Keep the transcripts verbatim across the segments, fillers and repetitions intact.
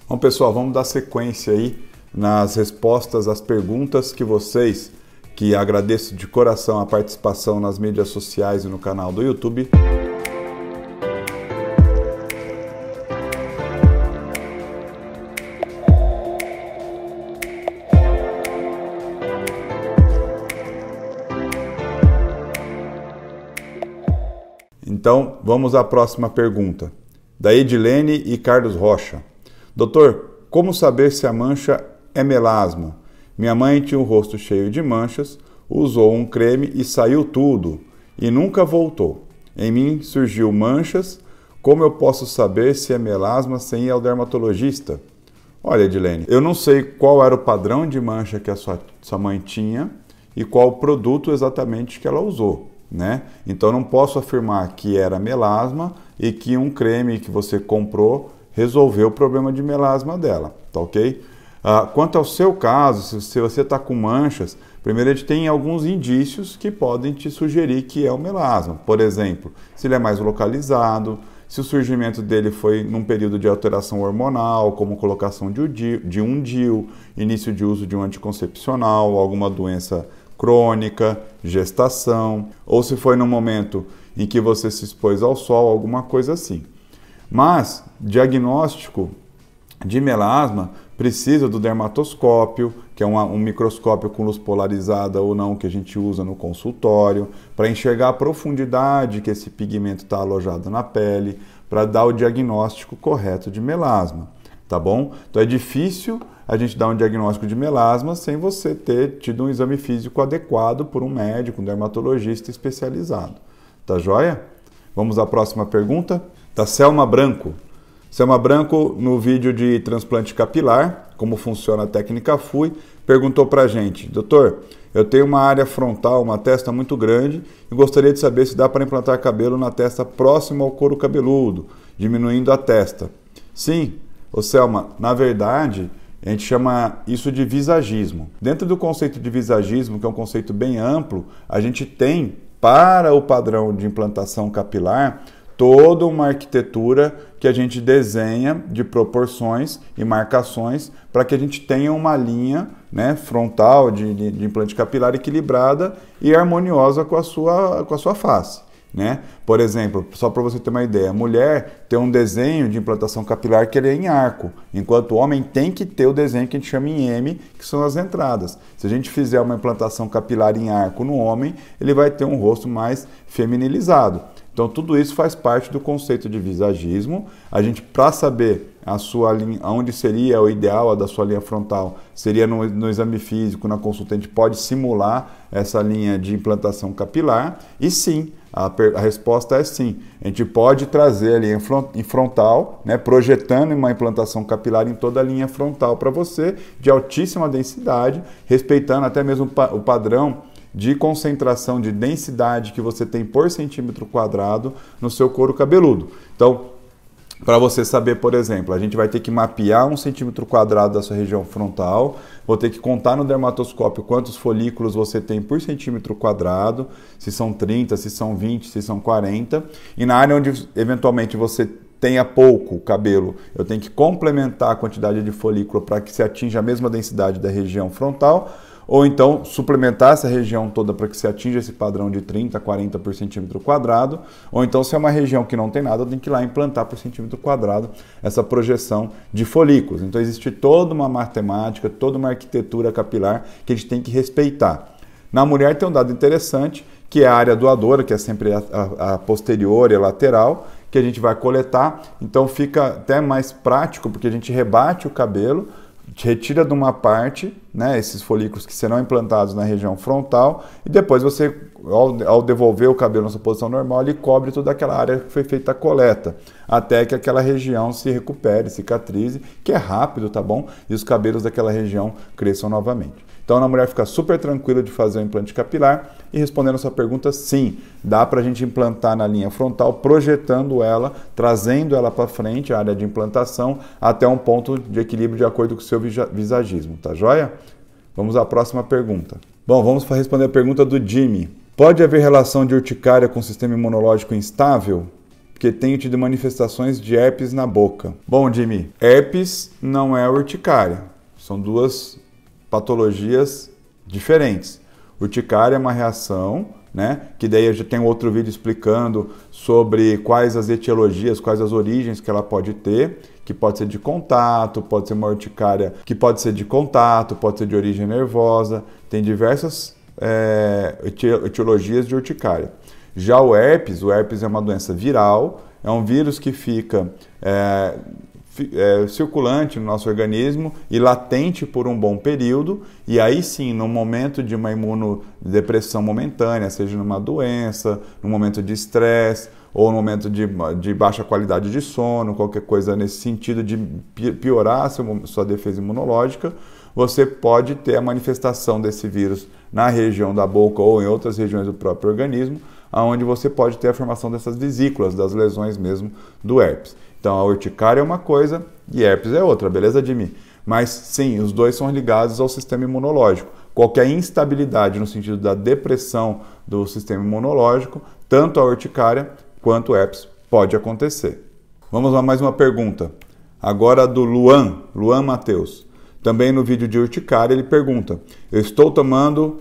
Bom, pessoal, vamos dar sequência aí nas respostas às perguntas que vocês, que agradeço de coração a participação nas mídias sociais e no canal do YouTube. Então, vamos à próxima pergunta, da Edilene e Carlos Rocha. Doutor, como saber se a mancha é melasma? Minha mãe tinha o rosto cheio de manchas, usou um creme e saiu tudo, e nunca voltou. Em mim surgiu manchas, como eu posso saber se é melasma sem ir ao dermatologista? Olha, Edilene, eu não sei qual era o padrão de mancha que a sua, sua mãe tinha e qual o produto exatamente que ela usou. Né? Então não posso afirmar que era melasma e que um creme que você comprou resolveu o problema de melasma dela, tá ok? Ah, quanto ao seu caso, se, se você está com manchas, primeiro a gente tem alguns indícios que podem te sugerir que é o melasma. Por exemplo, se ele é mais localizado, se o surgimento dele foi num período de alteração hormonal, como colocação de, de um D I U, início de uso de um anticoncepcional, alguma doença crônica, gestação, ou se foi no momento em que você se expôs ao sol, alguma coisa assim. Mas, diagnóstico de melasma precisa do dermatoscópio, que é uma, um microscópio com luz polarizada ou não, que a gente usa no consultório, para enxergar a profundidade que esse pigmento está alojado na pele, para dar o diagnóstico correto de melasma, tá bom? Então é difícil a gente dar um diagnóstico de melasma sem você ter tido um exame físico adequado por um médico, um dermatologista especializado. Tá joia? Vamos à próxima pergunta? Da Selma Branco. Selma Branco, no vídeo de transplante capilar, como funciona a técnica F U I, perguntou pra gente: doutor, eu tenho uma área frontal, uma testa muito grande e gostaria de saber se dá para implantar cabelo na testa próxima ao couro cabeludo, diminuindo a testa. Sim, ô Selma, na verdade, a gente chama isso de visagismo. Dentro do conceito de visagismo, que é um conceito bem amplo, a gente tem, para o padrão de implantação capilar, toda uma arquitetura que a gente desenha de proporções e marcações para que a gente tenha uma linha, né, frontal de, de, de implante capilar equilibrada e harmoniosa com a sua, com a sua face. Né? Por exemplo, só para você ter uma ideia, a mulher tem um desenho de implantação capilar que ele é em arco, enquanto o homem tem que ter o desenho que a gente chama em M, que são as entradas. Se a gente fizer uma implantação capilar em arco no homem, ele vai ter um rosto mais feminilizado. Então tudo isso faz parte do conceito de visagismo. A gente, para saber a sua linha, onde seria o ideal a da sua linha frontal, seria no, no exame físico, na consulta, a gente pode simular essa linha de implantação capilar. E sim, a, a resposta é sim. A gente pode trazer a linha em frontal, né, projetando uma implantação capilar em toda a linha frontal para você, de altíssima densidade, respeitando até mesmo o padrão de concentração de densidade que você tem por centímetro quadrado no seu couro cabeludo. Então, para você saber, por exemplo, a gente vai ter que mapear um centímetro quadrado da sua região frontal, vou ter que contar no dermatoscópio quantos folículos você tem por centímetro quadrado, se são trinta, se são vinte, se são quarenta, e na área onde eventualmente você tenha pouco cabelo, eu tenho que complementar a quantidade de folículo para que se atinja a mesma densidade da região frontal, ou então suplementar essa região toda para que se atinja esse padrão de trinta, quarenta por centímetro quadrado, ou então se é uma região que não tem nada, eu tenho que ir lá implantar por centímetro quadrado essa projeção de folículos. Então existe toda uma matemática, toda uma arquitetura capilar que a gente tem que respeitar. Na mulher tem um dado interessante, que é a área doadora, que é sempre a, a, a posterior e a lateral, que a gente vai coletar, então fica até mais prático, porque a gente rebate o cabelo, retira de uma parte, né, esses folículos que serão implantados na região frontal, e depois você, ao, ao devolver o cabelo na sua posição normal, ele cobre toda aquela área que foi feita a coleta, até que aquela região se recupere, cicatrize, que é rápido, tá bom? E os cabelos daquela região cresçam novamente. Então, a mulher fica super tranquila de fazer o implante capilar. E respondendo a sua pergunta, sim, dá para a gente implantar na linha frontal, projetando ela, trazendo ela para frente, a área de implantação, até um ponto de equilíbrio de acordo com o seu visagismo, tá joia? Vamos à próxima pergunta. Bom, vamos responder a pergunta do Jimmy. Pode haver relação de urticária com sistema imunológico instável? porque tenho tido manifestações de herpes na boca. Bom, Jimmy, herpes não é urticária. São duas patologias diferentes. Urticária é uma reação, né? Que daí eu já tenho outro vídeo explicando sobre quais as etiologias, quais as origens que ela pode ter, que pode ser de contato, pode ser uma urticária que pode ser de contato, pode ser de origem nervosa, tem diversas é, etiologias de urticária. Já o herpes, o herpes é uma doença viral, é um vírus que fica é, É, circulante no nosso organismo e latente por um bom período, e aí sim, no momento de uma imunodepressão momentânea, seja numa doença, no momento de estresse, ou no momento de, de baixa qualidade de sono, qualquer coisa nesse sentido de piorar a sua, sua defesa imunológica, você pode ter a manifestação desse vírus na região da boca ou em outras regiões do próprio organismo, onde você pode ter a formação dessas vesículas, das lesões mesmo do herpes. Então, a urticária é uma coisa e herpes é outra, beleza, Jimmy? Mas, sim, os dois são ligados ao sistema imunológico. Qualquer instabilidade no sentido da depressão do sistema imunológico, tanto a urticária quanto o herpes pode acontecer. Vamos lá, mais uma pergunta. Agora do Luan, Luan Matheus. Também no vídeo de urticária ele pergunta: eu estou tomando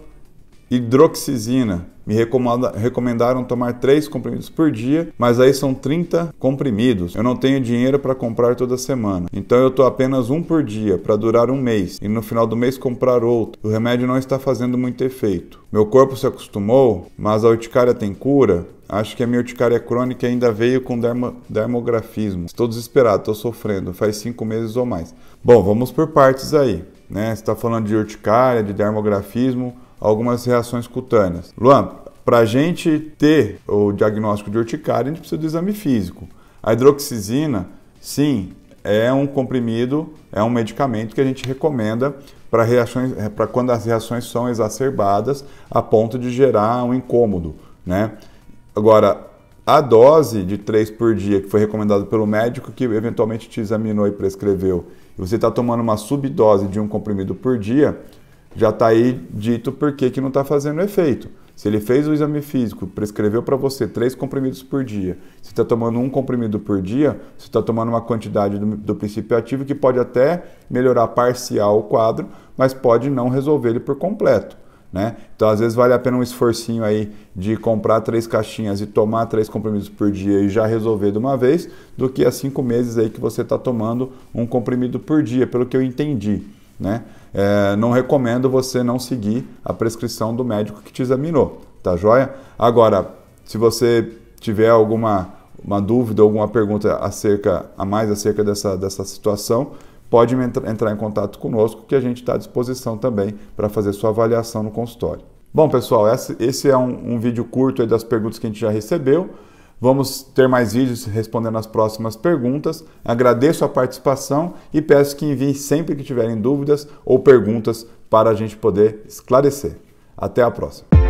hidroxizina. Me recomendaram tomar três comprimidos por dia, mas aí são trinta comprimidos. Eu não tenho dinheiro para comprar toda semana. Então eu estou apenas um por dia, para durar um mês. E no final do mês comprar outro. O remédio não está fazendo muito efeito. Meu corpo se acostumou, mas a urticária tem cura? Acho que a minha urticária crônica ainda veio com dermo, dermografismo. Estou desesperado, estou sofrendo. Faz cinco meses ou mais. Bom, vamos por partes aí, né? Você está falando de urticária, de dermografismo, algumas reações cutâneas. Luan, para a gente ter o diagnóstico de urticária, a gente precisa do exame físico. A hidroxizina, sim, é um comprimido, é um medicamento que a gente recomenda para reações, para quando as reações são exacerbadas a ponto de gerar um incômodo, né? Agora, a dose de três por dia, que foi recomendada pelo médico que eventualmente te examinou e prescreveu, e você está tomando uma subdose de um comprimido por dia, já está aí dito por que que não está fazendo efeito. Se ele fez o exame físico, prescreveu para você três comprimidos por dia, você está tomando um comprimido por dia, você está tomando uma quantidade do, do princípio ativo que pode até melhorar parcial o quadro, mas pode não resolver ele por completo, né? Então, às vezes, vale a pena um esforcinho aí de comprar três caixinhas e tomar três comprimidos por dia e já resolver de uma vez, do que há cinco meses aí que você está tomando um comprimido por dia, pelo que eu entendi, né? É, não recomendo você não seguir a prescrição do médico que te examinou, tá joia? Agora, se você tiver alguma uma dúvida, alguma pergunta acerca, a mais acerca dessa, dessa situação, pode entrar em contato conosco, que a gente está à disposição também para fazer sua avaliação no consultório. Bom, pessoal, esse, esse é um, um vídeo curto aí das perguntas que a gente já recebeu. Vamos ter mais vídeos respondendo as próximas perguntas. Agradeço a participação e peço que enviem sempre que tiverem dúvidas ou perguntas para a gente poder esclarecer. Até a próxima.